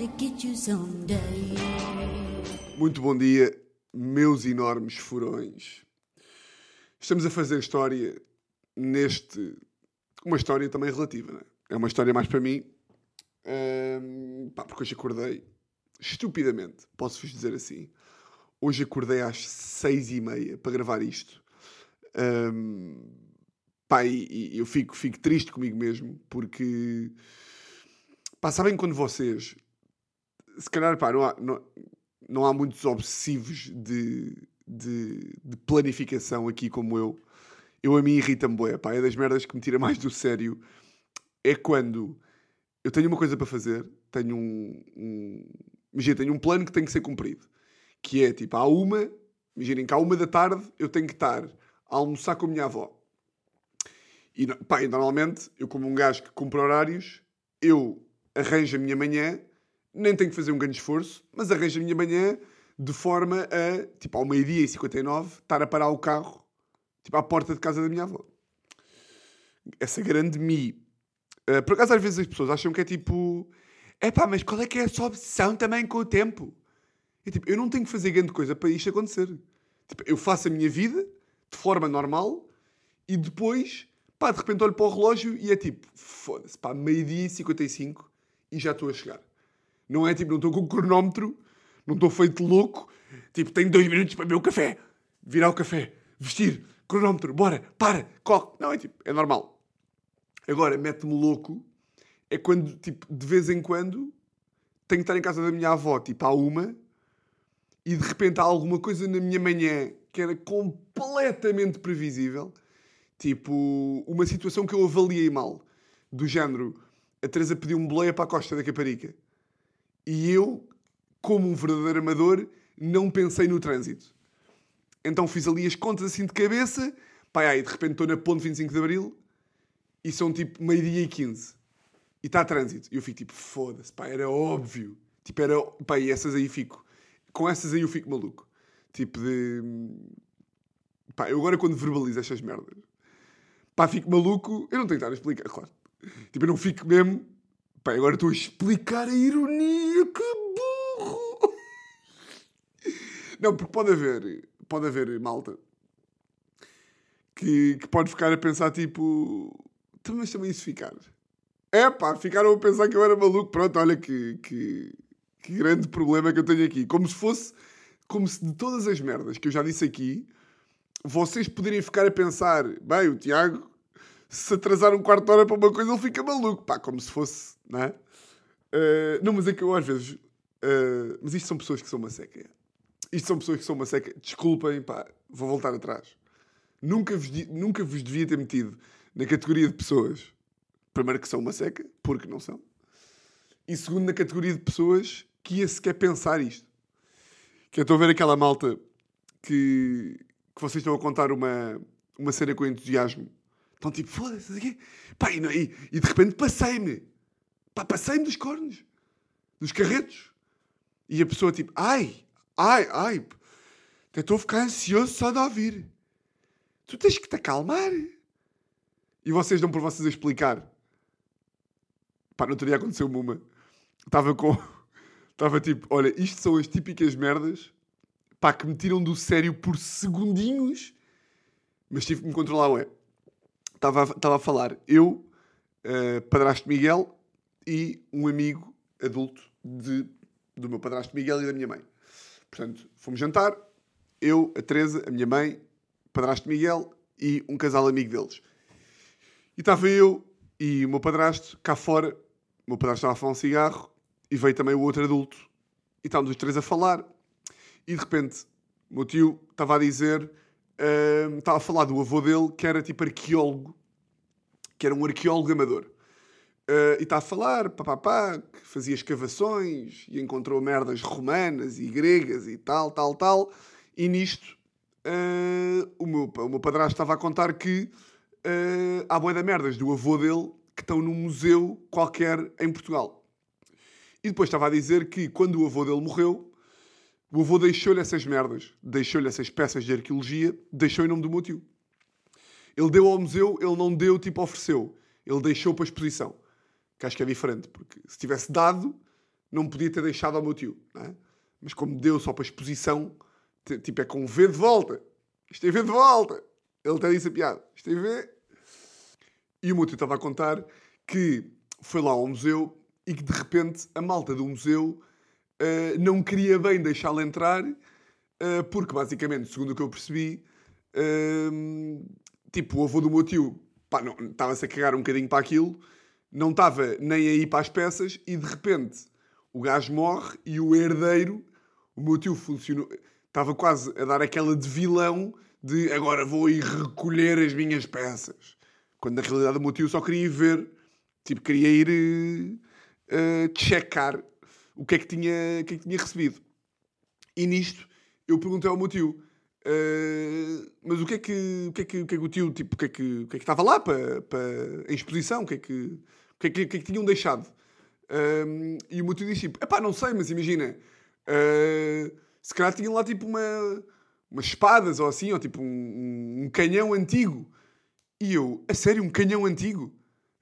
get you someday. Muito bom dia, meus enormes furões. Estamos a fazer história neste... Uma história também relativa, não é? É uma história mais para mim. Porque hoje acordei estupidamente, posso-vos dizer assim. Hoje acordei às 6h30 para gravar isto. E eu fico triste comigo mesmo, porque... sabem quando vocês... Se calhar, não há muitos obsessivos de planificação aqui como eu. A mim irrita-me bué, pá. É das merdas que me tira mais do sério. É quando eu tenho uma coisa para fazer, tenho tenho um plano que tem que ser cumprido. Que é, tipo, imaginem que à 1 da tarde eu tenho que estar a almoçar com a minha avó. E normalmente, eu como um gajo que cumpre horários, eu arranjo a minha manhã, nem tenho que fazer um grande esforço, mas arranjo a minha manhã de forma a, tipo, ao 12h59, estar a parar o carro, tipo, à porta de casa da minha avó. Essa grande mi. Por acaso, às vezes as pessoas acham que é tipo... mas qual é que é a sua obsessão também com o tempo? Eu não tenho que fazer grande coisa para isto acontecer. Tipo, eu faço a minha vida de forma normal e depois, de repente olho para o relógio e é tipo, foda-se, 12h55 e já estou a chegar. Não é tipo, não estou com o cronómetro, não estou feito louco, tipo, tenho 2 minutos para beber o café, virar o café, vestir, cronómetro, bora, para, corre. Não, é tipo, é normal. Agora, mete-me louco, é quando, tipo, de vez em quando, tenho que estar em casa da minha avó, tipo, à 1, e de repente há alguma coisa na minha manhã que era completamente previsível, tipo, uma situação que eu avaliei mal, do género, a Teresa pediu-me boleia para a Costa da Caparica. E eu, como um verdadeiro amador, não pensei no trânsito. Então fiz ali as contas assim de cabeça, e de repente estou na ponte 25 de Abril, e são tipo 12h15. E está trânsito. E eu fico tipo, foda-se, era óbvio. Tipo, e essas aí fico. Com essas aí eu fico maluco. Tipo de... eu agora quando verbalizo estas merdas, fico maluco, eu não tenho que estar a explicar, claro. Tipo, eu não fico mesmo... agora estou a explicar a ironia, que burro! Não, porque pode haver malta que pode ficar a pensar, tipo... Mas também isso ficar... ficaram a pensar que eu era maluco. Pronto, olha que grande problema que eu tenho aqui. Como se de todas as merdas que eu já disse aqui, vocês poderem ficar a pensar, o Tiago, se atrasar um quarto de hora para uma coisa, ele fica maluco. Como se fosse, não é? Não, mas é que eu às vezes... mas isto são pessoas que são uma seca. Desculpem, vou voltar atrás. Nunca vos devia ter metido na categoria de pessoas... Primeiro, que são uma seca, porque não são. E segundo, na categoria de pessoas que ia sequer pensar isto. Que eu estou a ver aquela malta que vocês estão a contar uma cena com entusiasmo. Estão tipo, foda-se, aqui. E de repente passei-me. Passei-me dos cornos. Dos carretos. E a pessoa tipo, ai. Estou a ficar ansioso só de ouvir. Tu tens que te acalmar. E vocês dão por vocês a explicar. No outro dia aconteceu-me uma. Estava tipo, olha, isto são as típicas merdas, que me tiram do sério por segundinhos, mas tive que me controlar, ué. Estava a falar, eu, padrasto Miguel e um amigo adulto do meu padrasto Miguel e da minha mãe. Portanto, fomos jantar, eu, a Teresa, a minha mãe, padrasto Miguel e um casal amigo deles. E estava eu e o meu padrasto cá fora. O meu padrasto estava a fumar um cigarro e veio também o outro adulto. E estávamos os três a falar. E de repente, o meu tio estava a dizer... estava a falar do avô dele, que era tipo arqueólogo. Que era um arqueólogo amador. E está a falar, que fazia escavações e encontrou merdas romanas e gregas e tal. E nisto, o meu padrasto estava a contar que há bué de merdas do avô dele que estão num museu qualquer em Portugal. E depois estava a dizer que quando o avô dele morreu, o avô deixou-lhe essas merdas, deixou-lhe essas peças de arqueologia, deixou em nome do meu tio. Ele deu ao museu, ele não deu, tipo, ofereceu. Ele deixou para a exposição. Que acho que é diferente, porque se tivesse dado, não podia ter deixado ao meu tio, não é? Mas como deu só para exposição, tipo, é com V de volta. Isto é V de volta. Ele até disse a piada. Isto é V. E o meu tio estava a contar que foi lá ao museu e que de repente a malta do museu não queria bem deixá-lo entrar porque basicamente, segundo o que eu percebi, tipo, o avô do meu tio estava-se a cagar um bocadinho para aquilo, não estava nem a ir para as peças e de repente o gajo morre e o herdeiro, o meu tio estava quase a dar aquela de vilão de agora vou ir recolher as minhas peças. Quando na realidade o meu tio só queria ir ver, tipo, queria ir checar o que é que tinha recebido. E nisto eu perguntei ao meu tio, mas o que é que o tio, tipo, o que é que estava lá em exposição, o que é que tinham deixado? E o meu tio disse, tipo, epá, não sei, mas imagina, se calhar tinham lá tipo umas espadas ou assim, ou tipo um canhão antigo. E eu, a sério, um canhão antigo?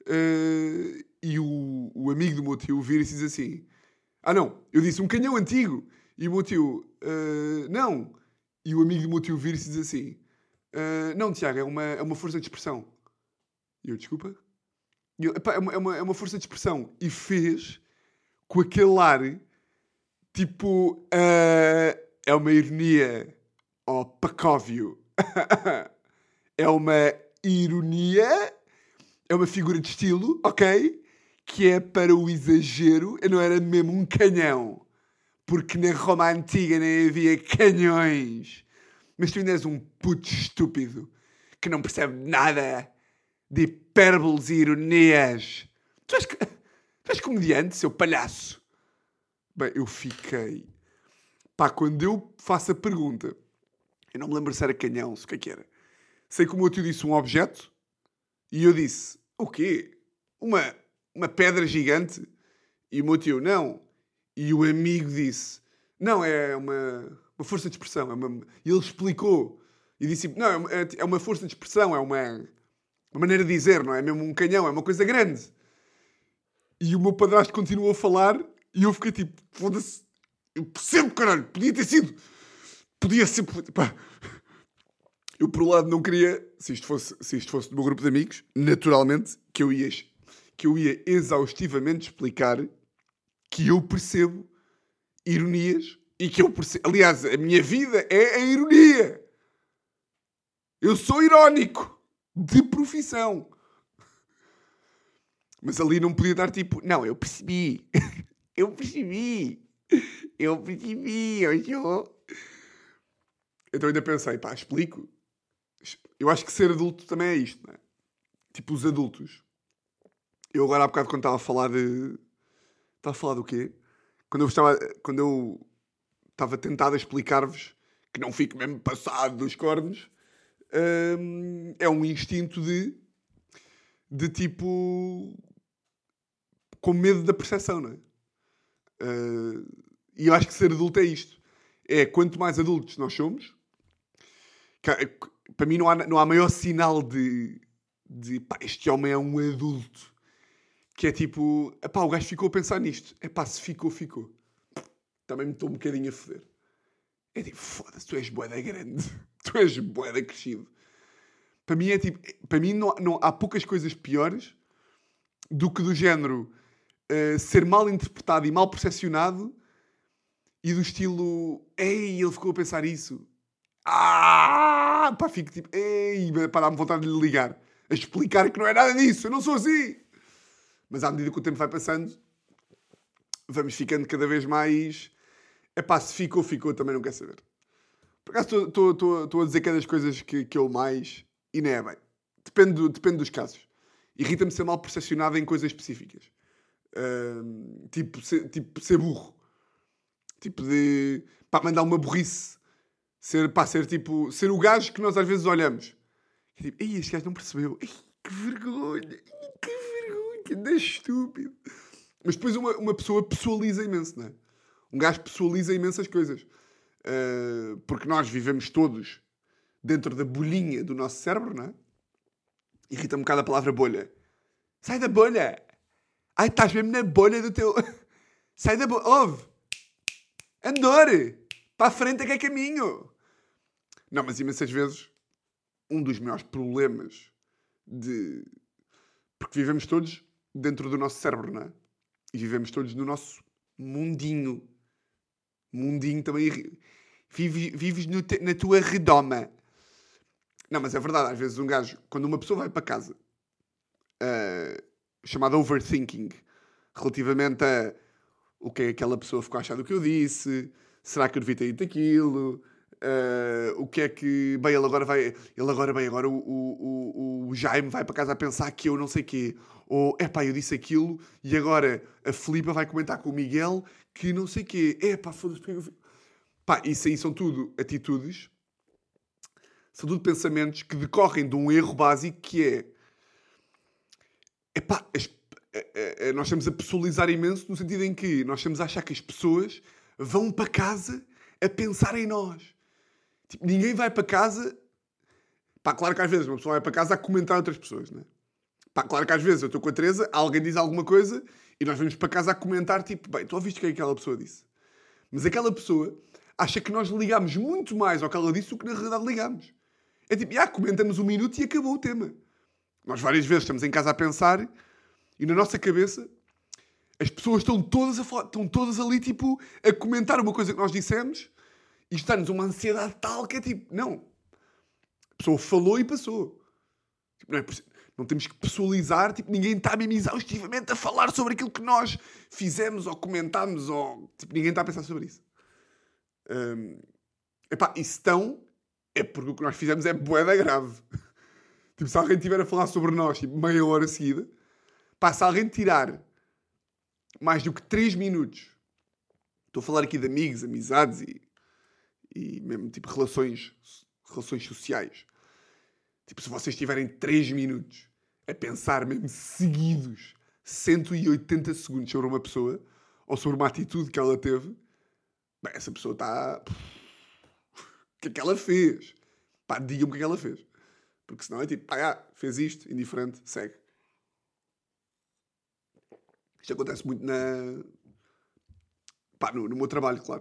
E o amigo do meu tio vira e diz assim, não, eu disse um canhão antigo. E o meu tio, não. E o amigo do meu tio vira e diz assim, não, Tiago, é uma força de expressão. E eu, desculpa? E eu, epá, é uma força de expressão. E fez com aquele ar, tipo, é uma ironia, ó Pacóvio. É uma ironia, é uma figura de estilo, ok? Que é para o exagero, eu não era mesmo um canhão. Porque na Roma Antiga nem havia canhões. Mas tu ainda és um puto estúpido que não percebe nada de hipérboles e ironias. Tu és comediante, seu palhaço. Bem, eu fiquei... Pá, quando eu faço a pergunta, eu não me lembro se era canhão, se o que é que era. Sei que o meu tio disse um objeto e eu disse, o quê? Uma pedra gigante? E o meu tio, não. E o amigo disse, não, é uma força de expressão. E ele explicou. E disse, não, é uma força de expressão, é uma maneira de dizer, não é mesmo um canhão, é uma coisa grande. E o meu padrasto continuou a falar e eu fiquei tipo, foda-se, eu percebo, caralho, podia ser, pá. Eu, por um lado, não queria, se isto fosse do meu grupo de amigos, naturalmente, que eu ia exaustivamente explicar que eu percebo ironias e que eu percebo... Aliás, a minha vida é a ironia. Eu sou irónico de profissão. Mas ali não podia dar tipo... Não, eu percebi. Eu percebi. Então ainda pensei, pá, explico. Eu acho que ser adulto também é isto, não é? Tipo, os adultos. Eu agora há bocado quando estava a falar de... Estava a falar do quê? Quando eu estava tentado a explicar-vos que não fico mesmo passado dos cornos, é um instinto de tipo... com medo da percepção, não é? E eu acho que ser adulto é isto. É, quanto mais adultos nós somos... Para mim não há maior sinal de pá, este homem é um adulto. Que é tipo, epá, o gajo ficou a pensar nisto. Epá, se ficou. Também me estou um bocadinho a foder. É tipo, foda-se, tu és bué grande. Tu és bué crescido. Para mim é tipo, para mim não há poucas coisas piores do que do género ser mal interpretado e mal percepcionado e do estilo, ei, ele ficou a pensar isso. Pá, fico tipo, ei, para dar-me vontade de lhe ligar. A explicar que não é nada disso, eu não sou assim. Mas à medida que o tempo vai passando, vamos ficando cada vez mais... Epá, se ficou, também não quer saber. Por acaso estou a dizer que é das coisas que eu mais... E não é bem. Depende dos casos. Irrita-me ser mal percepcionado em coisas específicas. Tipo ser burro. Tipo de... Pá, mandar uma burrice. Ser o gajo que nós às vezes olhamos. E tipo, ei, este gajo não percebeu. Ei, que vergonha. Que anda estúpido. Mas depois uma pessoa pessoaliza imenso, não é? Um gajo pessoaliza imensas coisas. Porque nós vivemos todos dentro da bolhinha do nosso cérebro, não é? Irrita-me um bocado a palavra bolha. Sai da bolha! Ai, estás mesmo na bolha do teu... Sai da boca. Ouve. Andor. Para a frente é que é caminho. Não, mas imensas vezes, um dos maiores problemas de... Porque vivemos todos dentro do nosso cérebro, não é? E vivemos todos no nosso mundinho. Mundinho também. Vives na tua redoma. Não, mas é verdade. Às vezes um gajo, quando uma pessoa vai para casa, chamado overthinking, relativamente a o que é que aquela pessoa ficou a achar do que eu disse, será que eu devia ter dito aquilo, o que é que... Bem, o Jaime vai para casa a pensar que eu não sei quê. Ou, eu disse aquilo e agora a Filipa vai comentar com o Miguel que não sei quê. Foda-se, porque eu... Pá, isso aí são tudo atitudes, são tudo pensamentos que decorrem de um erro básico que nós estamos a pessoalizar imenso no sentido em que nós estamos a achar que as pessoas vão para casa a pensar em nós. Tipo, ninguém vai para casa... Pá, claro que às vezes uma pessoa vai para casa a comentar outras pessoas, não é? Pá, claro que às vezes eu estou com a Teresa, alguém diz alguma coisa e nós vamos para casa a comentar, tipo, bem, tu ouviste o que é que aquela pessoa disse? Mas aquela pessoa acha que nós ligamos muito mais ao que ela disse do que na realidade ligamos. É tipo, comentamos um minuto e acabou o tema. Nós várias vezes estamos em casa a pensar e na nossa cabeça as pessoas estão todas a falar, estão todas ali, tipo, a comentar uma coisa que nós dissemos e está-nos uma ansiedade tal que é tipo, não. A pessoa falou e passou. Tipo, não temos que pessoalizar, tipo, ninguém está mesmo exaustivamente a falar sobre aquilo que nós fizemos ou comentámos, ou tipo, ninguém está a pensar sobre isso. E se estão, é porque o que nós fizemos é bué da grave. Tipo, se alguém estiver a falar sobre nós, tipo, meia hora seguida, se alguém tirar mais do que 3 minutos, estou a falar aqui de amigos, amizades e mesmo, tipo, relações sociais. Tipo, se vocês tiverem 3 minutos a pensar mesmo seguidos 180 segundos sobre uma pessoa ou sobre uma atitude que ela teve, bem, essa pessoa está... O que é que ela fez? Diga-me o que é que ela fez. Porque senão é tipo, fez isto, indiferente, segue. Isto acontece muito no meu trabalho, claro.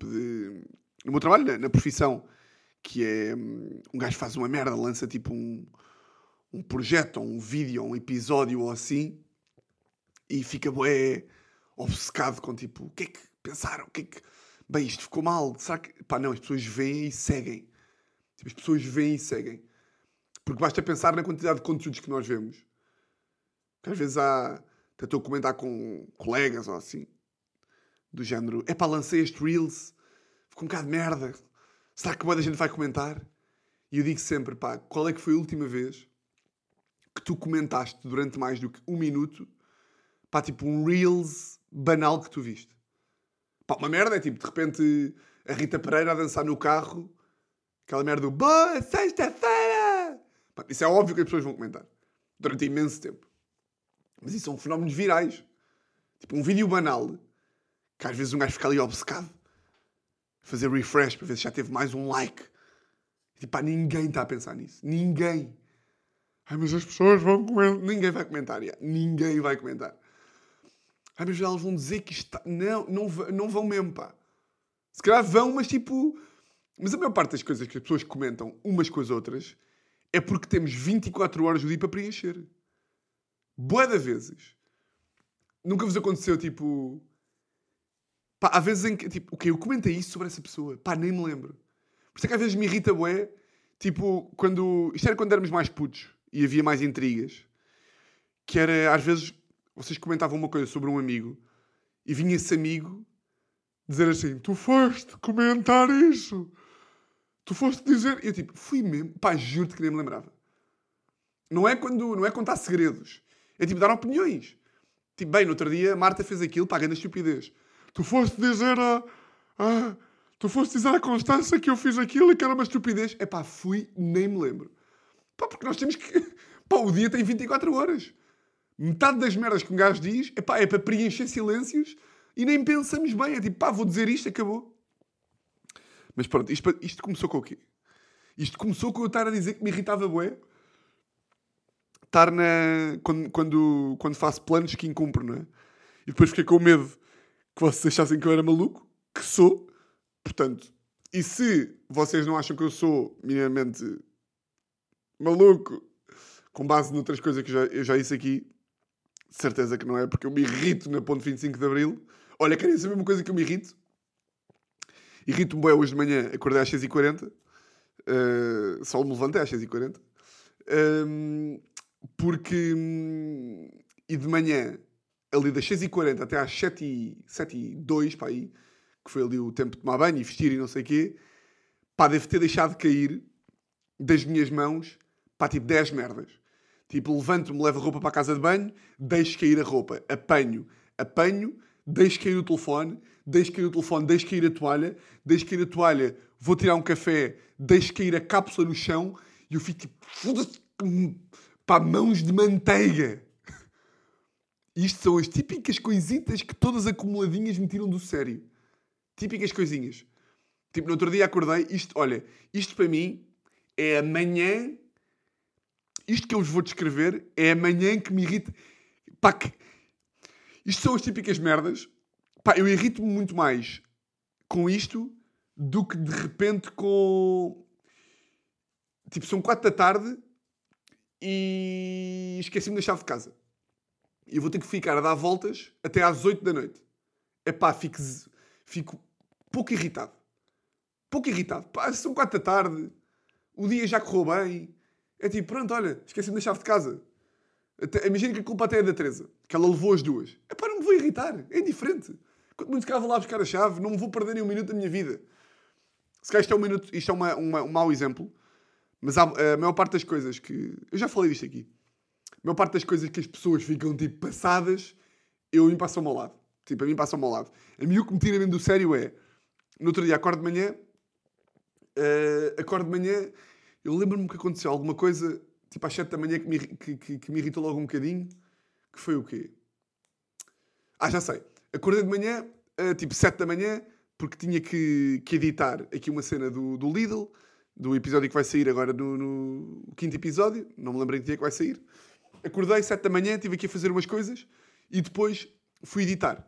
No meu trabalho, na profissão, que é... Um gajo faz uma merda, lança tipo um projeto, ou um vídeo, ou um episódio, ou assim, e fica bué obcecado com tipo, o que é que pensaram? O que é que... Bem, isto ficou mal. Será que... não, as pessoas veem e seguem. Tipo, as pessoas veem e seguem. Porque basta pensar na quantidade de conteúdos que nós vemos. Que às vezes estou a comentar com colegas ou assim. Do género, lancei este Reels. Ficou um bocado de merda. Será que muita gente vai comentar? E eu digo sempre, qual é que foi a última vez que tu comentaste durante mais do que 1 minuto, tipo um Reels banal que tu viste? Uma merda é tipo, de repente, a Rita Pereira a dançar no carro. Aquela merda do boa sexta-feira! Isso é óbvio que as pessoas vão comentar. Durante imenso tempo. Mas isso são fenómenos virais. Tipo, um vídeo banal. Que às vezes um gajo fica ali obcecado. Fazer refresh para ver se já teve mais um like. E tipo, ninguém está a pensar nisso. Ninguém. Mas as pessoas vão comentar. Ninguém vai comentar. Ninguém vai comentar. Mas elas vão dizer que isto está... Não vão mesmo, Se calhar vão, mas tipo... Mas a maior parte das coisas que as pessoas comentam umas com as outras é porque temos 24 horas do dia para preencher. Bué de vezes. Nunca vos aconteceu, tipo... há vezes em que, tipo, eu comentei isso sobre essa pessoa. Nem me lembro. Por isso é que às vezes me irrita bué. Tipo, quando... Isto era quando éramos mais putos e havia mais intrigas. Que era, às vezes... Vocês comentavam uma coisa sobre um amigo e vinha esse amigo dizer assim, tu foste comentar isso. Tu foste dizer... E eu tipo, fui mesmo. Juro-te que nem me lembrava. Não é contar segredos. É tipo dar opiniões. Tipo, bem, no outro dia a Marta fez aquilo, grande estupidez. Tu foste dizer à Constança que eu fiz aquilo e que era uma estupidez. Fui, nem me lembro. Porque nós temos que... o dia tem 24 horas. Metade das merdas que um gajo diz é para preencher silêncios e nem pensamos bem. É tipo, vou dizer isto, acabou. Mas pronto, isto começou com o quê? Isto começou com eu estar a dizer que me irritava bué. Estar quando faço planos que incumpro, não é? E depois fiquei com medo que vocês achassem que eu era maluco, que sou. Portanto, e se vocês não acham que eu sou minimamente maluco, com base noutras coisas que eu já disse aqui, de certeza que não é, porque eu me irrito na ponte 25 de Abril. Olha, querem saber uma coisa que eu me irrito? Irrito-me bem hoje de manhã, acordei às 6h40. Só me levantei às 6h40. Porque... E de manhã, ali das 6h40 até às 7h02, pá, aí, que foi ali o tempo de tomar banho e vestir e não sei o quê, pá, devo ter deixado de cair das minhas mãos, pá, tipo 10 merdas. Tipo, levanto-me, levo a roupa para a casa de banho, deixo cair a roupa, apanho, deixo cair o telefone, deixo cair a toalha, vou tirar um café, deixo cair a cápsula no chão e eu fico tipo, foda-se, pá, mãos de manteiga. Isto são as típicas coisitas que todas acumuladinhas me tiram do sério. Típicas coisinhas. Tipo, no outro dia acordei, isto para mim é a manhã, isto que eu vos vou descrever é a manhã que me irrita. Pá, isto são as típicas merdas. Pá, eu irrito-me muito mais com isto do que de repente com... Tipo, são 4 da tarde e esqueci-me da chave de casa. E eu vou ter que ficar a dar voltas até às 8 da noite. Epá, fico pouco irritado. Pá, são 4 da tarde, o dia já correu bem. É tipo, pronto, olha, esqueci-me da chave de casa. Imagina que a culpa até é da Teresa, que ela levou as duas. Epá, não me vou irritar, é indiferente. Quando muito cá vou lá buscar a chave, não me vou perder nem um minuto da minha vida. Se calhar isto é um mau exemplo, mas a maior parte das coisas que... Eu já falei disto aqui. A maior parte das coisas que as pessoas ficam, tipo, passadas, a mim passam-me ao lado. Tipo, a mim passam-me ao lado. A mim o que me tira mesmo do sério é... No outro dia, acordo de manhã... Eu lembro-me que aconteceu alguma coisa, tipo, às 7 da manhã, que me irritou logo um bocadinho. Que foi o quê? Já sei. Acordei de manhã, tipo, 7 da manhã, porque tinha que editar aqui uma cena do Lidl, do episódio que vai sair agora no 5º episódio. Não me lembro em que dia que vai sair. Acordei 7 da manhã, estive aqui a fazer umas coisas e depois fui editar.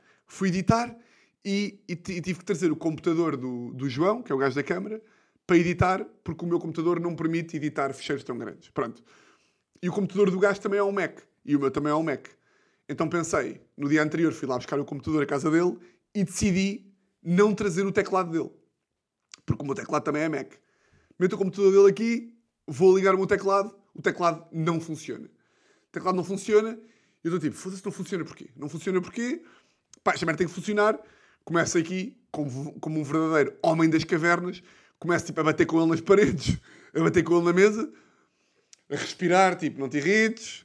E tive que trazer o computador do João, que é o gajo da câmara, para editar, porque o meu computador não permite editar ficheiros tão grandes. Pronto. E o computador do gajo também é um Mac. E o meu também é um Mac. Então pensei, no dia anterior fui lá buscar o computador à casa dele e decidi não trazer o teclado dele. Porque o meu teclado também é Mac. Meto o computador dele aqui, vou ligar o meu teclado, o teclado não funciona. O teclado não funciona, e eu estou tipo, foda-se, não funciona porquê? Não funciona porquê? Pá, esta merda tem que funcionar. Começo aqui, como um verdadeiro homem das cavernas, começo tipo a bater com ele nas paredes, a bater com ele na mesa, a respirar, tipo, não te irrites.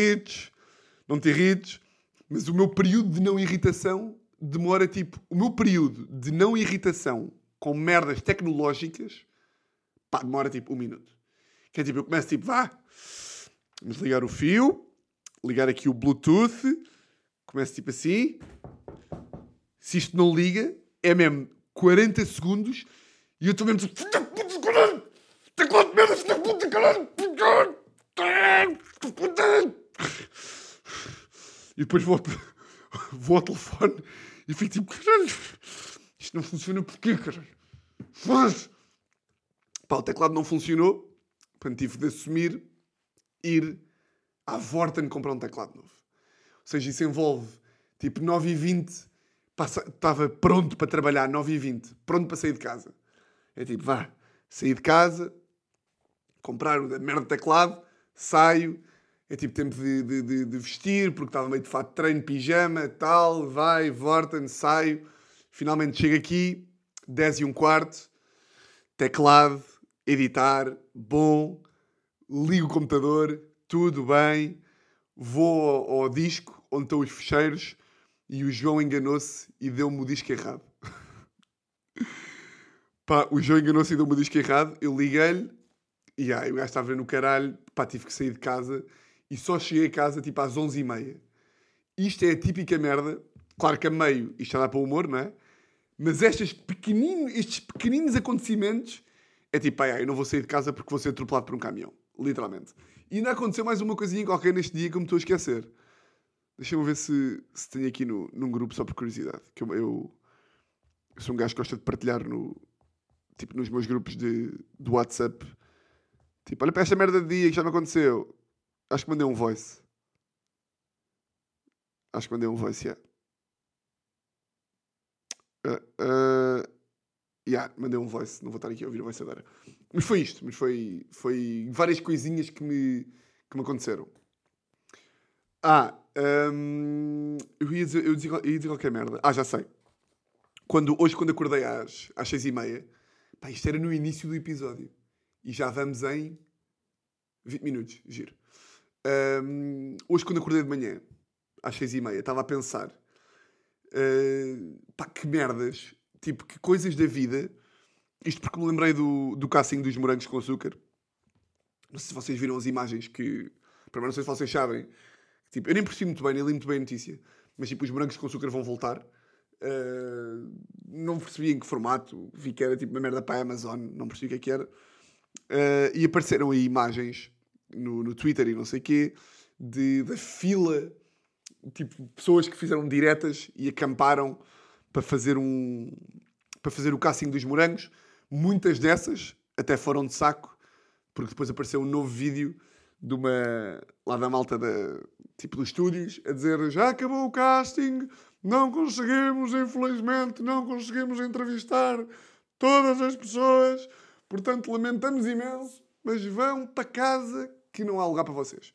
Mas o meu período de não irritação demora, tipo, o meu período de não irritação com merdas tecnológicas, pá, demora tipo 1 minuto. Que é tipo, eu começo tipo, vamos ligar o fio, ligar aqui o Bluetooth, começo tipo assim. Se isto não liga, é mesmo 40 segundos e eu estou mesmo tipo, filha de puta, caralho! Teclado de merda, filha de puta, caralho! E depois vou ao telefone e fico tipo, caralho, isto não funciona porquê, caralho? Foda-se! Pá, o teclado não funcionou, portanto tive de assumir ir à Vorten comprar um teclado novo. Ou seja, isso envolve tipo 9h20, estava pronto para trabalhar, 9h20, pronto para sair de casa. É tipo, sair de casa, comprar o merda de teclado, saio, é tipo tempo de vestir, porque estava meio de fato de treino, pijama, tal, Vorten, saio, finalmente chego aqui, 10h15, teclado, editar, bom, ligo o computador, tudo bem, vou ao disco onde estão os ficheiros e o João enganou-se e deu-me o disco errado. Pá, o João enganou-se e deu-me o disco errado, eu liguei-lhe e o gajo estava no caralho, pá, tive que sair de casa e só cheguei a casa tipo às 11h30. Isto é a típica merda, claro que a meio isto já dá para o humor, não é? Mas estes pequeninos acontecimentos é tipo, eu não vou sair de casa porque vou ser atropelado por um caminhão. Literalmente. E ainda aconteceu mais uma coisinha qualquer neste dia que eu me estou a esquecer. Deixa-me ver se tenho aqui num grupo, só por curiosidade. Que eu sou um gajo que gosta de partilhar nos meus grupos do WhatsApp. Tipo, olha para esta merda de dia que já me aconteceu. Acho que mandei um voice. Yeah. Mandei um voice. Não vou estar aqui a ouvir o voice agora. Mas foi isto. Mas foi várias coisinhas que me aconteceram. Eu ia dizer qualquer merda. Já sei. Hoje, quando acordei às 6h30, pá, isto era no início do episódio. E já vamos em 20 minutos. Giro. Hoje, quando acordei de manhã, às 6h30, estava a pensar... pá, que merdas. Tipo, que coisas da vida. Isto porque me lembrei do casting dos morangos com açúcar. Não sei se vocês viram as imagens que... Primeiro, não sei se vocês sabem. Tipo, eu nem percebi muito bem, nem li muito bem a notícia. Mas tipo, os morangos com açúcar vão voltar. Não percebi em que formato. Vi que era tipo uma merda para a Amazon. Não percebi o que é que era. E apareceram aí imagens no Twitter e não sei o quê. Da fila. Tipo, pessoas que fizeram diretas e acamparam para fazer o casting dos morangos. Muitas dessas até foram de saco. Porque depois apareceu um novo vídeo de lá da malta dos estúdios, a dizer: já acabou o casting, não conseguimos, infelizmente, não conseguimos entrevistar todas as pessoas, portanto lamentamos imenso, mas vão para casa que não há lugar para vocês.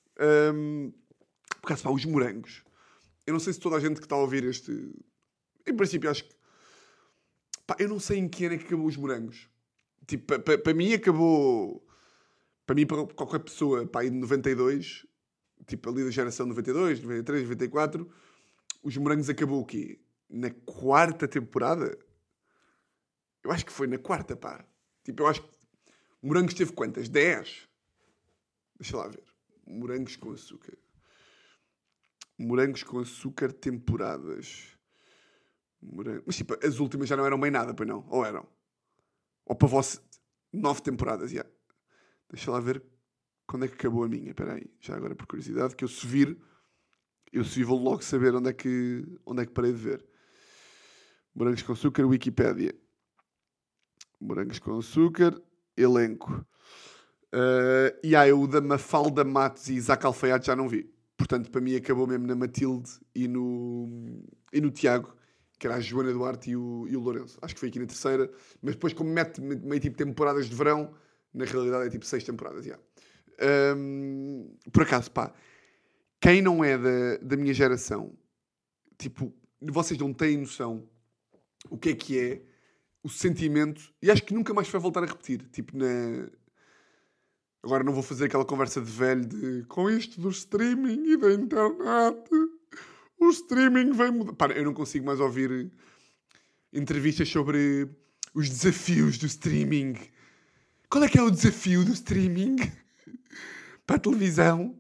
Por acaso, os morangos, eu não sei se toda a gente que está a ouvir este... Em princípio, acho que... Pá, eu não sei em que ano é que acabou os morangos. Tipo, para mim acabou... Para mim, para qualquer pessoa, pá, aí de 92, tipo ali da geração 92, 93, 94, os morangos acabou o quê? Na 4ª temporada? Eu acho que foi na 4ª, pá. Tipo, eu acho que morangos teve quantas? 10? Deixa lá ver. Morangos com açúcar. Morangos com açúcar temporadas. Mas tipo, as últimas já não eram bem nada, pois não? Ou eram? Ou para você 9 temporadas, já. Deixa lá ver quando é que acabou a minha. Espera aí, já agora por curiosidade, que eu se vir vou logo saber onde é que parei de ver. Morangos com açúcar, Wikipédia. Morangos com açúcar, elenco. Eu da Mafalda Matos e Isaac Alfaiate já não vi. Portanto, para mim acabou mesmo na Matilde e no Tiago, que era a Joana Duarte e o Lourenço. Acho que foi aqui na 3ª, mas depois como mete meio tipo temporadas de verão, na realidade é tipo 6 temporadas, já. Por acaso, pá, quem não é da minha geração, tipo, vocês não têm noção o que é o sentimento, e acho que nunca mais vai voltar a repetir, tipo, agora não vou fazer aquela conversa de velho com isto do streaming e da internet, o streaming vem mudar. Pá, eu não consigo mais ouvir entrevistas sobre os desafios do streaming. Qual é que é o desafio do streaming para a televisão?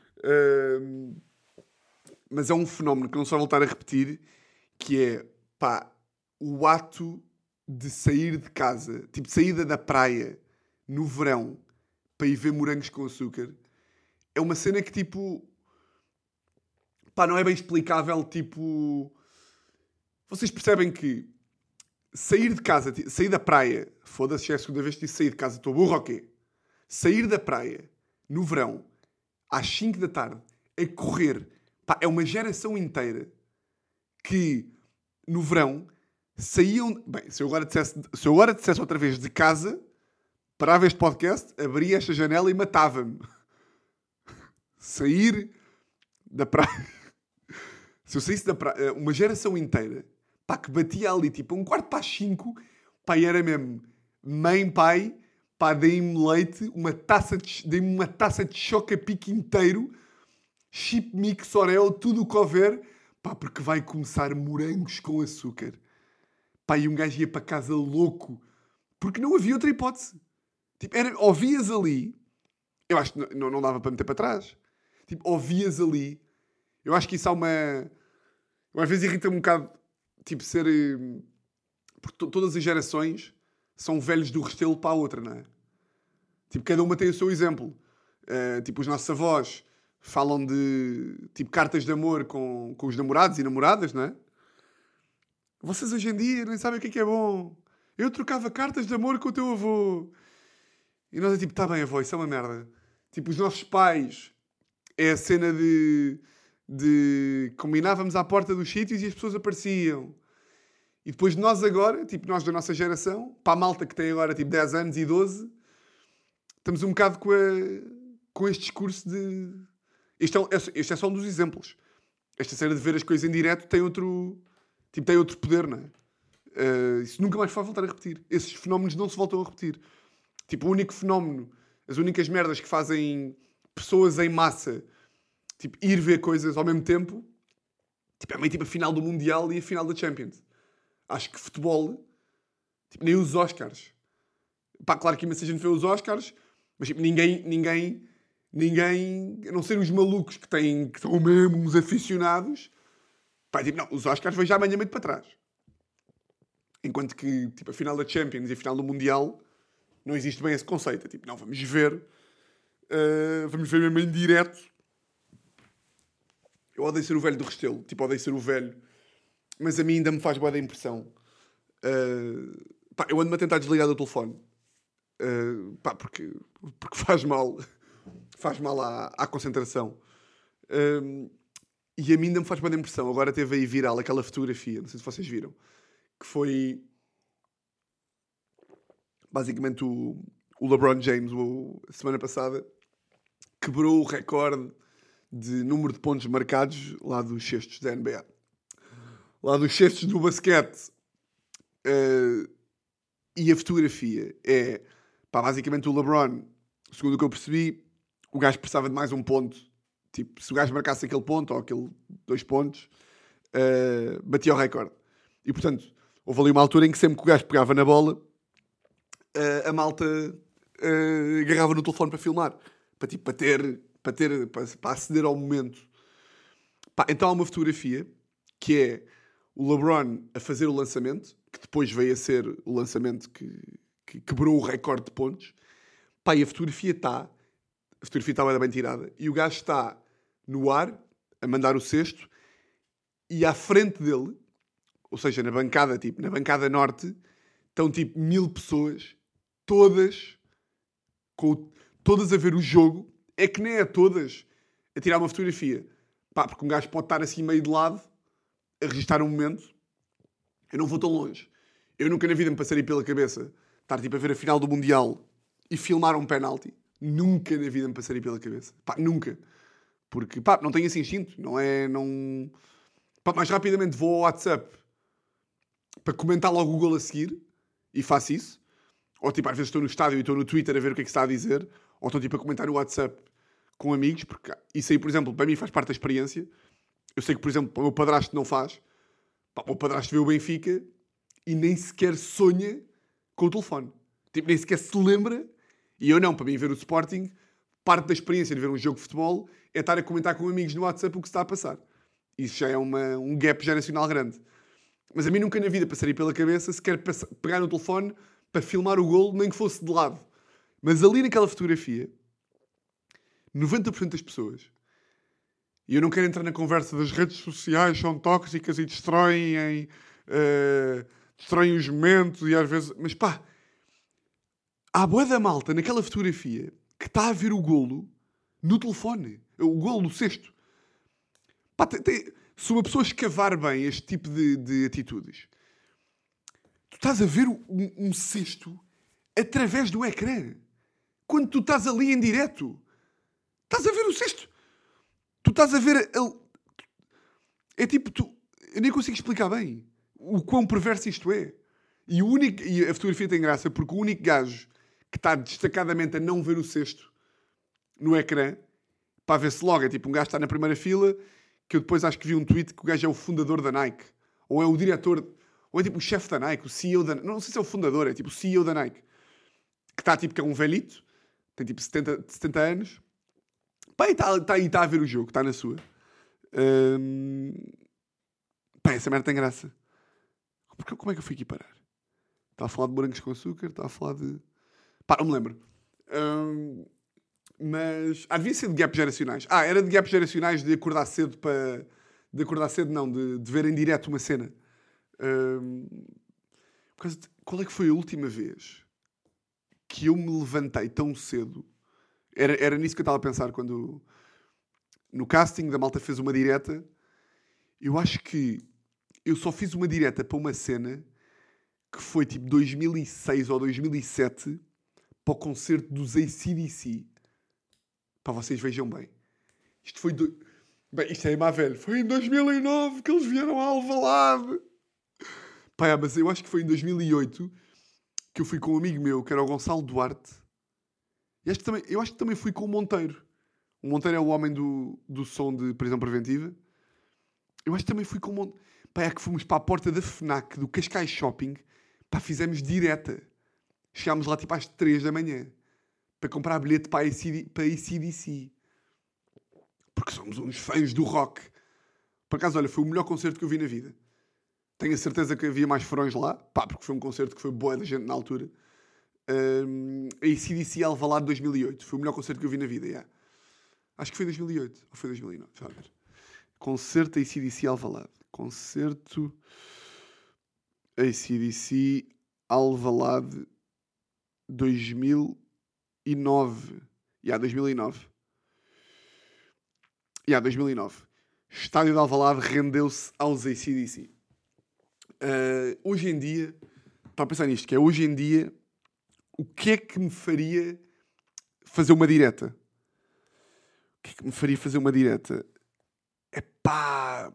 Mas é um fenómeno que não se vai voltar a repetir, que é, pá, o ato de sair de casa, tipo, saída da praia no verão para ir ver morangos com açúcar. É uma cena que, tipo, pá, não é bem explicável, tipo... Vocês percebem que sair de casa, sair da praia, foda-se, é a segunda vez que disse sair de casa, estou burro ou quê? Sair da praia, no verão, às 5 da tarde, a correr, pá, é uma geração inteira que, no verão, saíam... Bem, se eu agora dissesse outra vez de casa, parava este podcast, abria esta janela e matava-me. Sair da praia... Se eu saísse da praia, uma geração inteira, pá, que batia ali, tipo, 5:15, pá, e era mesmo mãe, pai, pá, deem-me leite, deem-me uma taça de choca-pique inteiro, chip mix, oreo, tudo o que houver, pá, porque vai começar morangos com açúcar. Pá, e um gajo ia para casa louco, porque não havia outra hipótese. Tipo, ouvias ali, eu acho que não dava para meter para trás. Tipo, ouvias ali, eu acho que isso há uma... Eu às vezes irrita-me um bocado, tipo, ser... Porque todas as gerações são velhos do Restelo para a outra, não é? Tipo, cada uma tem o seu exemplo. Tipo, os nossos avós falam de, tipo, cartas de amor com os namorados e namoradas, não é? Vocês hoje em dia nem sabem o que é bom. Eu trocava cartas de amor com o teu avô. E nós é tipo, tá bem, avô, isso é uma merda. Tipo, os nossos pais é a cena de combinávamos à porta dos sítios e as pessoas apareciam. E depois nós agora, tipo, nós da nossa geração, para a malta que tem agora tipo 10 anos e 12, estamos um bocado com este discurso de... Este é só um dos exemplos. Esta cena de ver as coisas em direto tem outro poder, não é? Isso nunca mais vai voltar a repetir. Esses fenómenos não se voltam a repetir. Tipo, o único fenómeno, as únicas merdas que fazem pessoas em massa, tipo, ir ver coisas ao mesmo tempo, tipo, é meio tipo a final do Mundial e a final da Champions. Acho que futebol, tipo, nem os Oscars. Pá, claro que imensa gente vê os Oscars, mas tipo, ninguém, a não ser os malucos que são mesmo uns aficionados, pá, tipo, não, os Oscars vão já amanhã meio para trás. Enquanto que, tipo, a final da Champions e a final do Mundial, não existe bem esse conceito. É tipo, não, vamos ver mesmo em direto. Eu odeio ser o velho do Restelo, tipo, odeio ser o velho, mas a mim ainda me faz boa da impressão. Pá, eu ando-me a tentar desligar do telefone. Pá, porque faz mal. Faz mal à concentração. E a mim ainda me faz boa da impressão. Agora teve aí viral aquela fotografia, não sei se vocês viram, que foi basicamente o LeBron James, a semana passada, quebrou o recorde de número de pontos marcados lá dos cestos da NBA. Lá dos cestos do basquete. E a fotografia é... Pá, basicamente o LeBron, segundo o que eu percebi, o gajo precisava de mais um ponto. Tipo, se o gajo marcasse aquele ponto ou aquele 2 pontos, batia o recorde. E, portanto, houve ali uma altura em que sempre que o gajo pegava na bola, a malta agarrava no telefone para filmar. Para aceder ao momento. Pá, então há uma fotografia que é o LeBron a fazer o lançamento, que depois veio a ser o lançamento que quebrou o recorde de pontos. Pá, e a fotografia estava bem tirada, e o gajo está no ar, a mandar o cesto, e à frente dele, ou seja, na bancada norte, estão tipo 1000 pessoas, todas a ver o jogo. É que nem é todas a tirar uma fotografia. Pá, porque um gajo pode estar assim meio de lado, a registrar um momento. Eu não vou tão longe. Eu nunca na vida me passaria pela cabeça estar tipo a ver a final do Mundial e filmar um penalti. Nunca na vida me passaria pela cabeça. Pá, nunca. Porque, pá, não tenho esse instinto. Não... Pá, mais rapidamente vou ao WhatsApp para comentar logo o golo a seguir e faço isso. Ou tipo, às vezes estou no estádio e estou no Twitter a ver o que é que se está a dizer. Ou estou tipo a comentar no WhatsApp com amigos, porque isso aí, por exemplo, para mim faz parte da experiência. Eu sei que, por exemplo, o meu padrasto não faz. Pá, o meu padrasto vê o Benfica e nem sequer sonha com o telefone. Tipo, nem sequer se lembra. E eu não, para mim ver o Sporting, parte da experiência de ver um jogo de futebol é estar a comentar com amigos no WhatsApp o que se está a passar. Isso já é um gap geracional grande. Mas a mim nunca na vida passaria pela cabeça sequer pegar no telefone para filmar o golo, nem que fosse de lado. Mas ali naquela fotografia, 90% das pessoas, e eu não quero entrar na conversa das redes sociais, são tóxicas e destroem os momentos e às vezes... Mas pá, há bué da malta naquela fotografia que está a ver o golo no telefone. O golo no cesto. Pá, se uma pessoa escavar bem este tipo de atitudes, tu estás a ver um cesto através do ecrã. Quando tu estás ali em direto, estás a ver o cesto. Tu estás a ver... É tipo... Eu nem consigo explicar bem o quão perverso isto é. E a fotografia tem graça porque o único gajo que está destacadamente a não ver o cesto no ecrã, para ver se logo, é tipo um gajo que está na primeira fila, que eu depois acho que vi um tweet que o gajo é o fundador da Nike. Ou é o diretor... Ou é tipo o chefe da Nike, o CEO da... Não sei se é o fundador, é tipo o CEO da Nike. Que está tipo, que é um velhito, tem tipo 70 anos. Pá, e está a ver o jogo, está na sua. Pá, essa merda tem graça. Como é que eu fui aqui parar? Estava a falar de morangos com açúcar, estava a falar de... Pá, não me lembro. Mas devia ser de gaps geracionais. Era de gaps geracionais de acordar cedo para... De acordar cedo, não. De ver em direto uma cena. Qual é que foi a última vez que eu me levantei tão cedo? Era nisso que eu estava a pensar quando... No casting da malta fez uma direta. Eu acho que eu só fiz uma direta para uma cena que foi tipo 2006 ou 2007 para o concerto dos AC/DC. Para vocês vejam bem. Isto foi... Bem, isto é má velho. Foi em 2009 que eles vieram a Alvalade. Pá, mas eu acho que foi em 2008 que eu fui com um amigo meu, que era o Gonçalo Duarte. E eu acho que também fui com o Monteiro. O Monteiro é o homem do som de prisão preventiva. Eu acho que também fui com o Monteiro. Pá, é que fomos para a porta da FNAC, do Cascais Shopping. Pá, fizemos direta. Chegámos lá tipo às 3 da manhã. Para comprar bilhete para AC/DC. Porque somos uns fãs do rock. Por acaso, olha, foi o melhor concerto que eu vi na vida. Tenho a certeza que havia mais furões lá. Pá, porque foi um concerto que foi boa da gente na altura. AC/DC Alvalade 2008. Foi o melhor concerto que eu vi na vida, yeah. Acho que foi 2008. Ou foi 2009, deixa eu ver. Concerto AC/DC Alvalade. Concerto AC/DC Alvalade 2009. 2009. 2009. Estádio de Alvalade rendeu-se aos AC/DC. Hoje em dia, estava a pensar nisto, que é hoje em dia, o que é que me faria fazer uma direta? O que é que me faria fazer uma direta? Epá...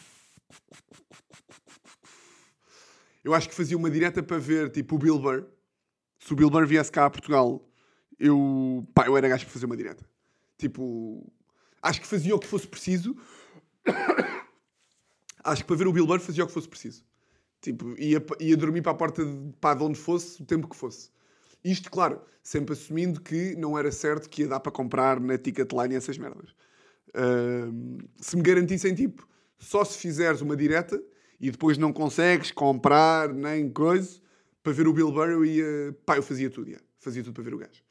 Eu acho que fazia uma direta para ver, tipo, o Bill Burr. Se o Bill Burr viesse cá a Portugal, eu era gajo para fazer uma direta. Tipo... Acho que fazia o que fosse preciso. Acho que para ver o Bill Burr fazia o que fosse preciso. Tipo, ia dormir para a porta de onde fosse, o tempo que fosse. Isto, claro, sempre assumindo que não era certo que ia dar para comprar na Ticketline essas merdas. Se me garantissem, tipo, só se fizeres uma direta e depois não consegues comprar nem coisa, para ver o Bill Burr eu fazia tudo, yeah. Fazia tudo para ver o gajo.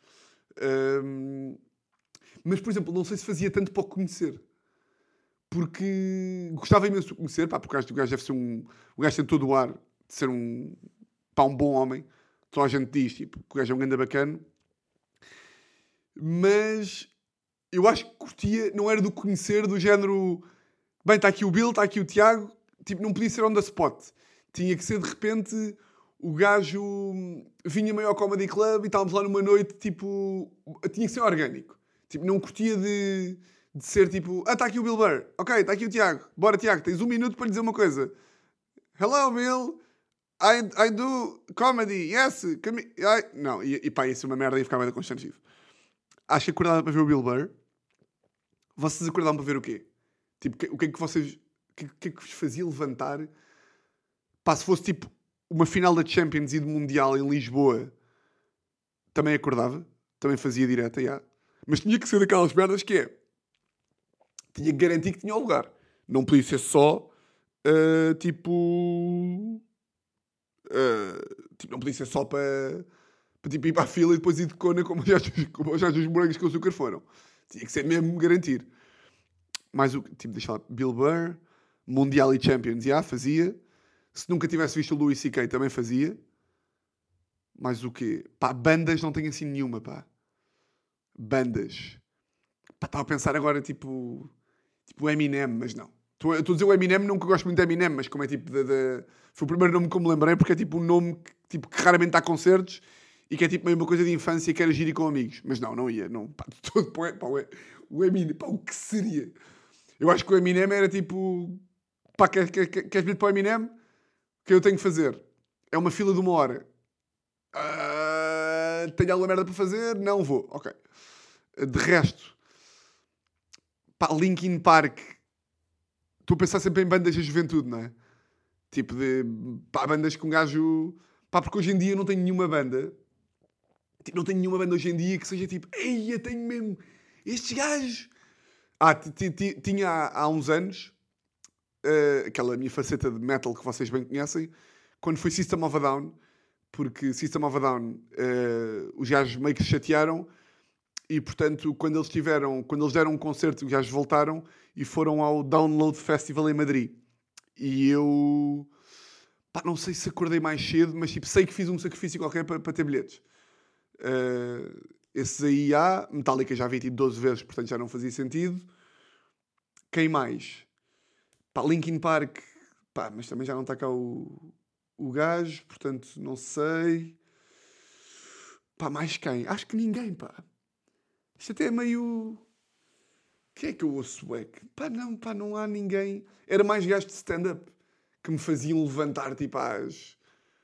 Mas, por exemplo, não sei se fazia tanto para o conhecer. Porque gostava imenso de o conhecer, porque o gajo deve ser o gajo tem todo o ar de ser um bom homem. Toda a gente diz, tipo, que o gajo é um ganda bacana. Mas eu acho que curtia, não era do conhecer, do género... Bem, está aqui o Bill, está aqui o Tiago. Tipo, não podia ser on the spot. Tinha que ser, de repente, o gajo vinha meio ao Comedy Club e estávamos lá numa noite, tipo... Tinha que ser orgânico. Tipo, não curtia de ser tipo... está aqui o Bill Burr. Ok, está aqui o Tiago. Bora, Tiago, tens 1 minuto para lhe dizer uma coisa. Hello, Bill. I do comedy. Yes. Não, ia ser uma merda e ia ficar bem constrangido. Acho que acordava para ver o Bill Burr. Vocês acordavam para ver o quê? Tipo, o que é que vocês... O que é que vos fazia levantar? Pá, se fosse tipo uma final da Champions e do Mundial em Lisboa, também acordava. Também fazia direta, já. Mas tinha que ser daquelas merdas que é... Tinha que garantir que tinha o lugar. Não podia ser só... não podia ser só para tipo, ir para a fila e depois ir de cona como já os morangos com açúcar foram. Tinha que ser mesmo garantir. Mais o... Tipo, deixa lá... Bill Burr, Mundial e Champions, fazia. Se nunca tivesse visto o Louis C.K. também fazia. Mais o quê? Pá, bandas não tenho assim nenhuma, pá. Bandas. Pá, estava a pensar agora, tipo o Eminem, mas não. Estou a dizer o Eminem, não que eu gosto muito de Eminem, mas como é tipo foi o primeiro nome que eu me lembrei, porque é tipo um nome que raramente há concertos e que é tipo meio uma coisa de infância que era giro com amigos. Mas não ia. Não, pá, de todo, pá, o Eminem, pá, o que seria? Eu acho que o Eminem era tipo... Pá, queres vir para o Eminem? O que eu tenho que fazer? É uma fila de 1 hora. Tenho alguma merda para fazer? Não vou. Ok. De resto... Pá, Linkin Park... Estou a pensar sempre em bandas da juventude, não é? Tipo de... Pá, bandas com um gajo... Pá, porque hoje em dia eu não tenho nenhuma banda... Tipo, não tenho nenhuma banda hoje em dia que seja tipo... Ei, eu tenho mesmo... Estes gajos... Tinha há uns anos... aquela minha faceta de metal que vocês bem conhecem... Quando foi System of a Down... Porque System of a Down... os gajos meio que se chatearam... E, portanto, quando eles deram um concerto, os gajos voltaram e foram ao Download Festival em Madrid. E eu... Pá, não sei se acordei mais cedo, mas tipo, sei que fiz um sacrifício qualquer para ter bilhetes. Esses aí há. Metallica já vi tipo 12 vezes, portanto já não fazia sentido. Quem mais? Pá, Linkin Park. Pá, mas também já não está cá o gajo, portanto não sei. Pá, mais quem? Acho que ninguém, pá. Isto até é meio... Quem é que eu ouço, é? Pá, não há ninguém. Era mais gajo de stand-up que me faziam levantar, tipo, às...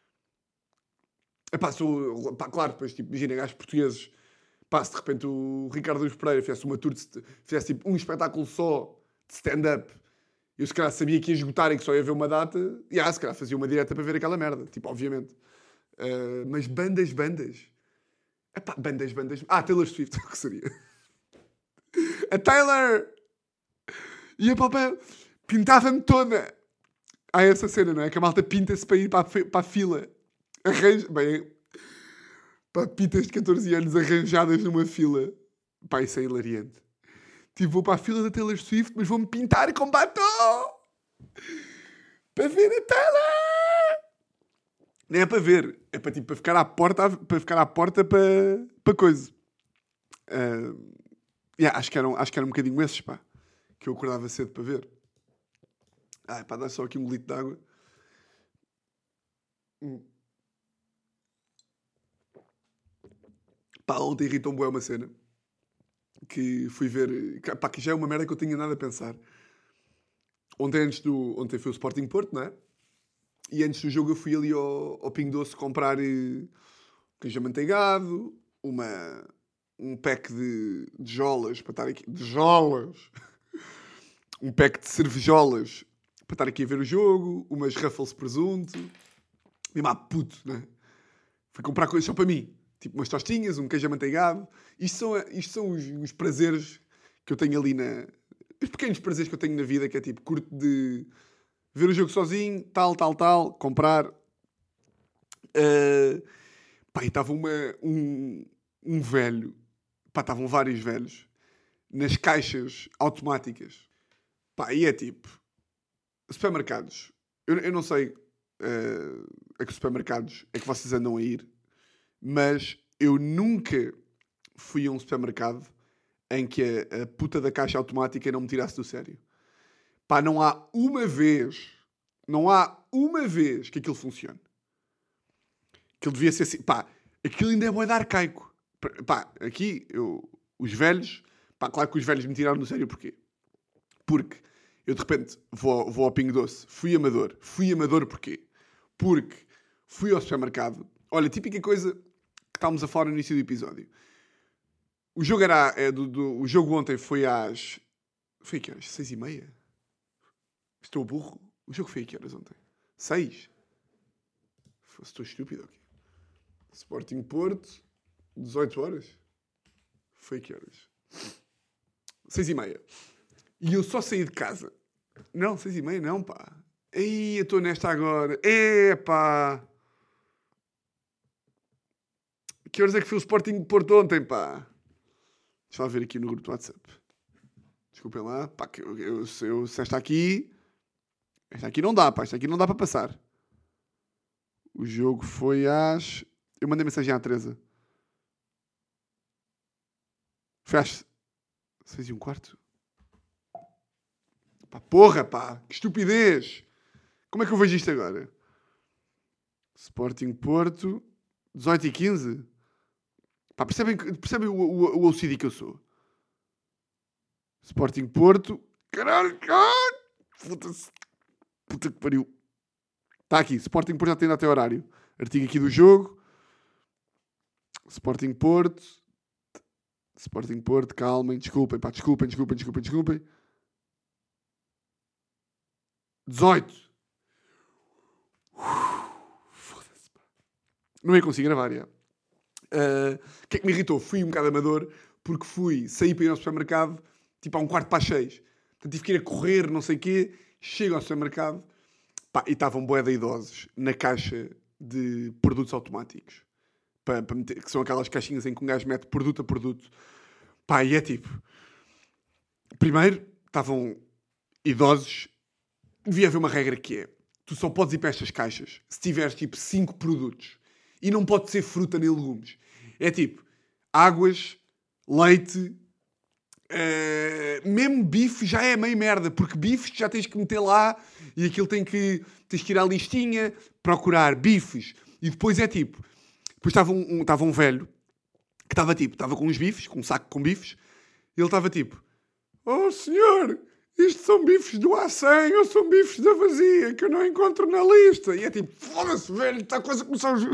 Epá, pá, claro, depois, tipo, imagina, gajos portugueses. Pá, se de repente o Ricardo Luz Pereira fizesse uma tour, fizesse tipo um espetáculo só de stand-up, eu se calhar sabia que ia esgotar e que só ia ver uma data, e se calhar fazia uma direta para ver aquela merda, tipo, obviamente. Mas bandas... Epá, bandas... Taylor Swift, o que seria? A Taylor! Ia para o pé, pintava-me toda. Há essa cena, não é? Que a malta pinta-se para ir para a fila. Arranja... Bem, pá, pintas de 14 anos arranjadas numa fila. Pá, isso é hilariante. Tipo, vou para a fila da Taylor Swift, mas vou-me pintar com batom! Para ver a Taylor! Nem é para ver. É para, tipo, para ficar à porta para coisa. Acho que era um bocadinho esses, pá. Que eu acordava cedo para ver. Pá, dá só aqui um litro de água. Pá, ontem irritou-me bué uma cena. Que fui ver... Pá, que já é uma merda que eu tinha nada a pensar. Ontem foi o Sporting Porto, não é? E antes do jogo eu fui ali ao Pingo Doce comprar queijo amanteigado, um pack de jolas para estar aqui... De jolas! Um pack de cervejolas para estar aqui a ver o jogo, umas Ruffles de presunto. Mesmo puto, né? Fui comprar coisas só para mim. Tipo umas tostinhas, um queijo amanteigado. Isto são os prazeres que eu tenho ali os pequenos prazeres que eu tenho na vida, que é tipo, curto de ver o jogo sozinho, tal, comprar. Pá, e estava um velho. Pá, estavam vários velhos nas caixas automáticas. Pá, e é tipo... Supermercados. Eu não sei a que supermercados é que vocês andam a ir, mas eu nunca fui a um supermercado em que a puta da caixa automática não me tirasse do sério. Pá, não há uma vez que aquilo funcione. Aquilo devia ser assim. Pá, aquilo ainda é bué de arcaico. Pá, aqui, os velhos... Pá, claro que os velhos me tiraram do sério porquê? Porque eu de repente vou ao Pingo Doce. Fui amador porquê? Porque fui ao supermercado. Olha, típica coisa que estávamos a falar no início do episódio. O jogo o jogo ontem foi às... Foi a que horas? 6h30? Estou burro? O jogo foi a que horas ontem? 6? Estou estúpido aqui. Sporting Porto, 18 horas? Foi a que horas? 6h30. E eu só saí de casa. Não, 6h30 não, pá. Ei, eu estou nesta agora. Pá. Que horas é que foi o Sporting de Porto ontem, pá? Deixa lá ver aqui no grupo do WhatsApp. Desculpem lá. Pá, que se esta aqui... Esta aqui não dá, pá. Esta aqui não dá para passar. O jogo foi às... Eu mandei mensagem à Teresa. Foi às 6h15. Pá, porra, pá. Que estupidez. Como é que eu vejo isto agora? Sporting Porto, 18h15. Pá, percebem o OCD que eu sou? Sporting Porto. Caralho. Foda-se. Puta que pariu. Está aqui. Sporting Porto já tem até horário. Artigo aqui do jogo. Sporting Porto. Sporting Porto. Calmem. Desculpem. 18. Foda-se, pá. Não ia conseguir gravar, já. O que é que me irritou? Fui um bocado amador, porque saí para ir ao supermercado, tipo, a 5:45. Portanto, tive que ir a correr, não sei o quê. Chego ao supermercado, pá, e estavam bué de idosos na caixa de produtos automáticos. Para meter, que são aquelas caixinhas em que um gajo mete produto a produto. Pá, e é tipo... Primeiro, estavam idosos. Devia haver uma regra que é... Tu só podes ir para estas caixas se tiveres, tipo, 5 produtos. E não pode ser fruta nem legumes. É tipo... Águas, leite... mesmo bife já é meio merda. Porque bife já tens que meter lá... E aquilo tens que ir à listinha... Procurar bifes. E depois é tipo... Depois estava um velho... Que estava com uns bifes... Com um saco com bifes... E ele estava tipo... Oh, senhor, isto são bifes do A100 ou são bifes da vazia que eu não encontro na lista. E é tipo, foda-se, velho, está a coisa a começar a...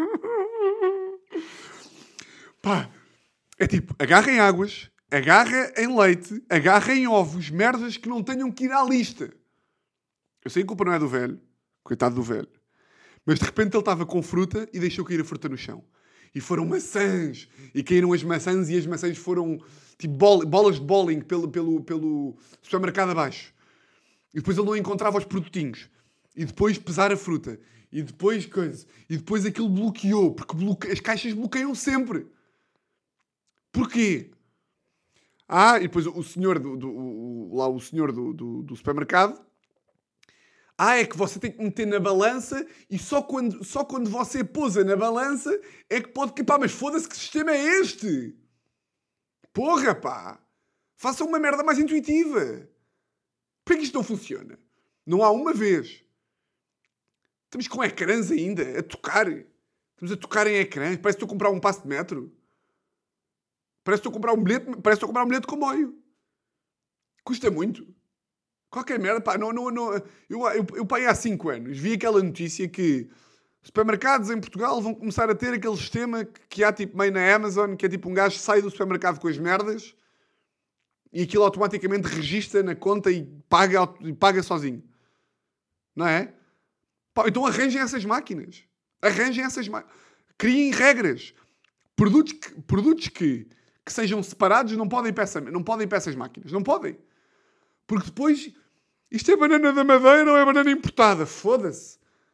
Pá, é tipo, agarrem águas, agarra em leite, agarra em ovos, merdas que não tenham que ir à lista. Eu sei que a culpa não é do velho, coitado do velho. Mas de repente ele estava com fruta e deixou cair a fruta no chão. E foram maçãs. E caíram as maçãs e as maçãs foram... Tipo bolas de bowling pelo supermercado abaixo. E depois ele não encontrava os produtinhos. E depois pesar a fruta. E depois coisa. E depois aquilo bloqueou. Porque as caixas bloqueiam sempre. Porquê? E depois o senhor o senhor do supermercado. É que você tem que meter na balança e só quando você pousa na balança é que pode... Pá, mas foda-se, que sistema é este? Porra, pá! Faça uma merda mais intuitiva. Por que isto não funciona? Não há uma vez. Estamos com ecrãs ainda, a tocar. Estamos a tocar em ecrãs. Parece que estou a comprar um passo de metro. Parece que estou a comprar um bilhete de comboio. Custa muito. Qualquer merda, pá, não. Eu pá, há 5 anos vi aquela notícia que supermercados em Portugal vão começar a ter aquele sistema que há tipo meio na Amazon, que é tipo um gajo que sai do supermercado com as merdas e aquilo automaticamente registra na conta e paga sozinho. Não é? Pá, então arranjem essas máquinas. Criem regras. Produtos que sejam separados não podem ir para essas máquinas. Não podem. Porque depois, isto é banana da Madeira ou é banana importada? Foda-se.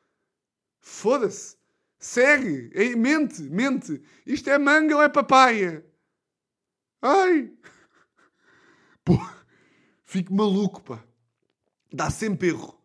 Segue. Mente. Isto é manga ou é papaya? Ai. Pô, fico maluco, pá. Dá sempre erro.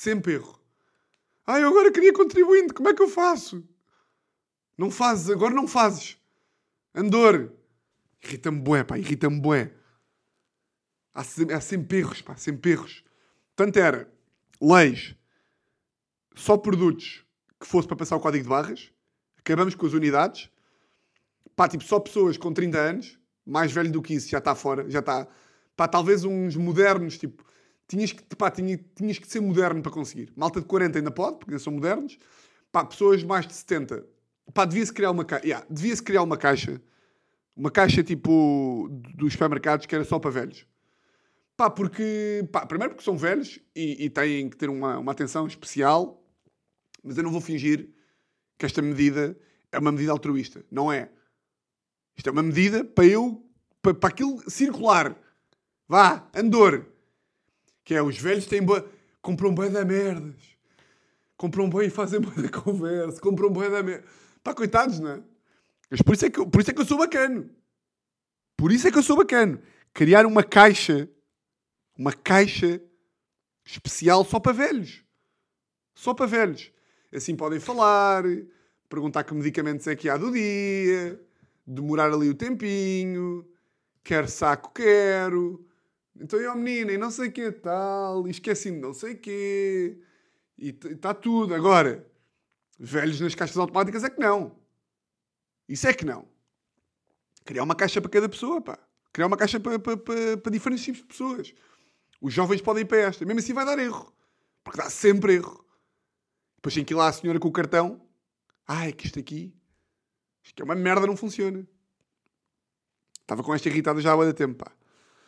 Eu agora queria contribuinte. Como é que eu faço? Não fazes. Agora não fazes. Andor. Irrita-me bué. Há sempre erros, pá. Sempre erros. Portanto, era leis. Só produtos que fosse para passar o código de barras. Acabamos com as unidades. Pá, tipo, só pessoas com 30 anos. Mais velho do que isso, já está fora. Já está... Pá, talvez uns modernos, tipo... Tinhas que ser moderno para conseguir. Malta de 40 ainda pode, porque ainda são modernos. Pá, pessoas mais de 70. Pá, devia-se criar uma caixa. Devia-se criar uma caixa. Uma caixa, tipo, dos supermercados que era só para velhos. Pá, porque... Pá, primeiro porque são velhos e têm que ter uma atenção especial. Mas eu não vou fingir que esta medida é uma medida altruísta. Não é. Isto é uma medida para aquilo circular. Vá, Andor. Que é, os velhos compram bué da merdas. Compram bué e fazem bué da conversa. Compram bué da merda. Pá, coitados, não é? Mas por isso é que eu sou bacano. Criar uma caixa especial só para velhos. Assim podem falar, perguntar que medicamentos é que há do dia, demorar ali o tempinho, quer saco, quero. Então, menina, e não sei o que tal, e esqueci-me de não sei o quê, e está tudo. Agora, velhos nas caixas automáticas é que não. Isso é que não. Criar uma caixa para cada pessoa, pá. Criar uma caixa para diferentes tipos de pessoas. Os jovens podem ir para esta. Mesmo assim vai dar erro. Porque dá sempre erro. Depois tem que ir lá a senhora com o cartão. É que isto aqui é uma merda, não funciona. Estava com esta irritada já há muito tempo, pá.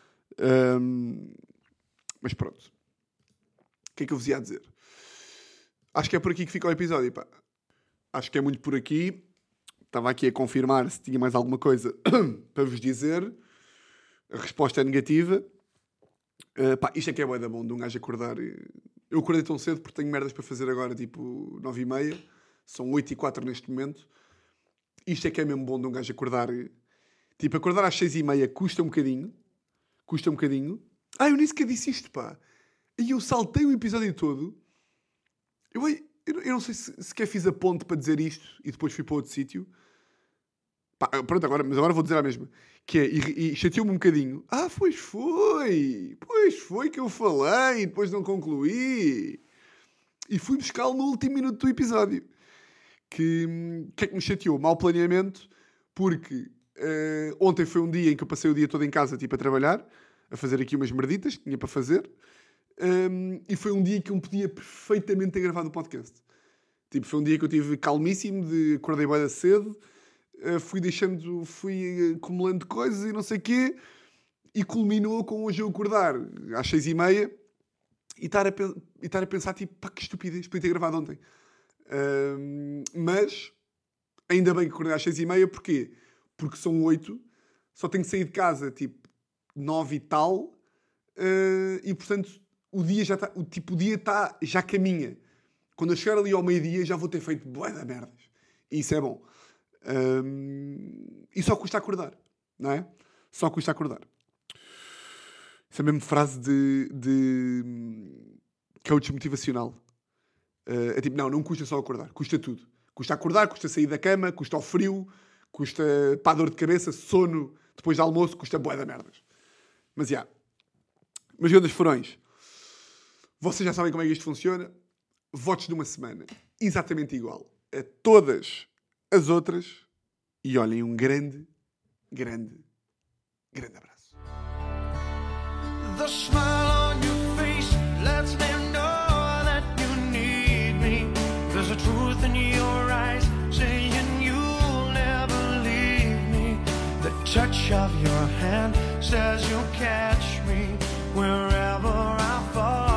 Mas pronto. O que é que eu vos ia dizer? Acho que é por aqui que fica o episódio, pá. Acho que é muito por aqui. Estava aqui a confirmar se tinha mais alguma coisa para vos dizer. A resposta é negativa. Isto é que é bué da bom de um gajo acordar. Eu acordei tão cedo porque tenho merdas para fazer agora, tipo 9h30. São 8h04 neste momento. Isto é que é mesmo bom de um gajo acordar. Tipo, acordar às 6h30 custa um bocadinho. Eu nem sequer disse isto, pá. E eu saltei o episódio todo. Eu não sei se sequer fiz a ponte para dizer isto e depois fui para outro sítio. Pá, pronto, mas agora vou dizer a mesma. Que é, e chateou-me um bocadinho. Pois foi que eu falei e depois não concluí. E fui buscá-lo no último minuto do episódio. Que é que me chateou? Mau planeamento, porque ontem foi um dia em que eu passei o dia todo em casa, tipo, a trabalhar, a fazer aqui umas merditas que tinha para fazer. E foi um dia que eu me podia perfeitamente ter gravado o podcast. Tipo, foi um dia que eu tive calmíssimo, acordei bué da cedo, fui acumulando coisas e não sei o quê, e culminou com hoje eu acordar às 6h30 e estar a pensar, tipo, pá, que estupidez, podia ter gravado ontem. Mas, ainda bem que acordei às 6h30, porquê? Porque são 8, só tenho que sair de casa, tipo, 9 e tal, e portanto, o dia já está, o dia está, já caminha. Quando eu chegar ali ao meio-dia, já vou ter feito bué da merdas. E isso é bom. E só custa acordar, não é? Só custa acordar. Isso é mesmo frase de coach motivacional. É tipo, não custa só acordar, custa tudo. Custa acordar, custa sair da cama, custa ao frio, custa para a dor de cabeça, sono, depois de almoço, custa bué da merdas. Mas já. Mas grandes furões. Vocês já sabem como é que isto funciona. Votos de uma semana. Exatamente igual a todas as outras. E olhem, um grande abraço. The smile on your face lets me know that you need me. There's a truth in your eyes saying you'll never leave me. The touch of your hand says you'll catch me wherever I fall.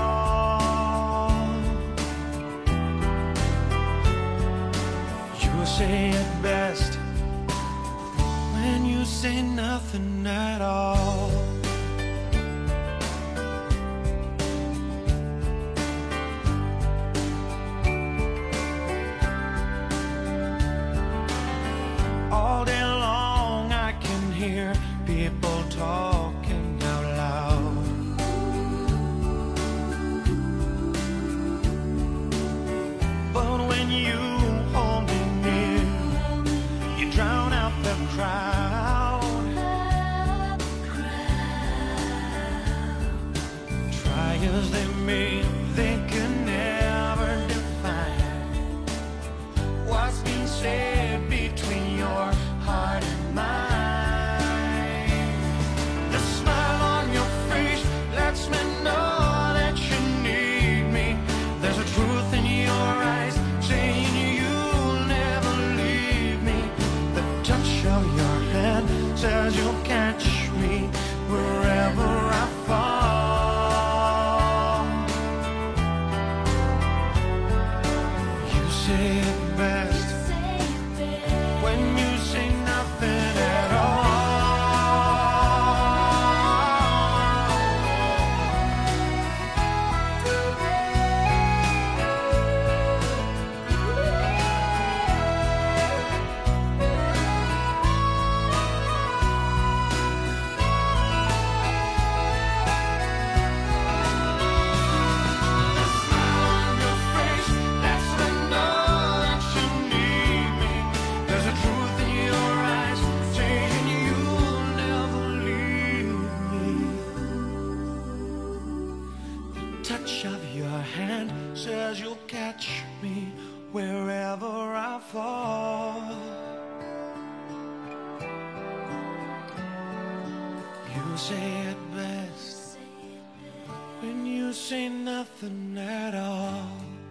You say it best when you say nothing at all. All day long I can hear people talking out loud. But when you hold me near, you drown out the crowd. Try as they may, they can never define what's been said between your heart and mine. The smile on your face lets me know that you need me. There's a truth in your eyes saying you'll never leave me. The touch of your hand says you'll catch me wherever I fall. You say it best when you say nothing at all. The smile on your face lets me know that you need me. There's a truth in your eyes saying you'll never leave me. The touch of your hand says you'll catch me wherever I fall. You say it best when you say nothing at all.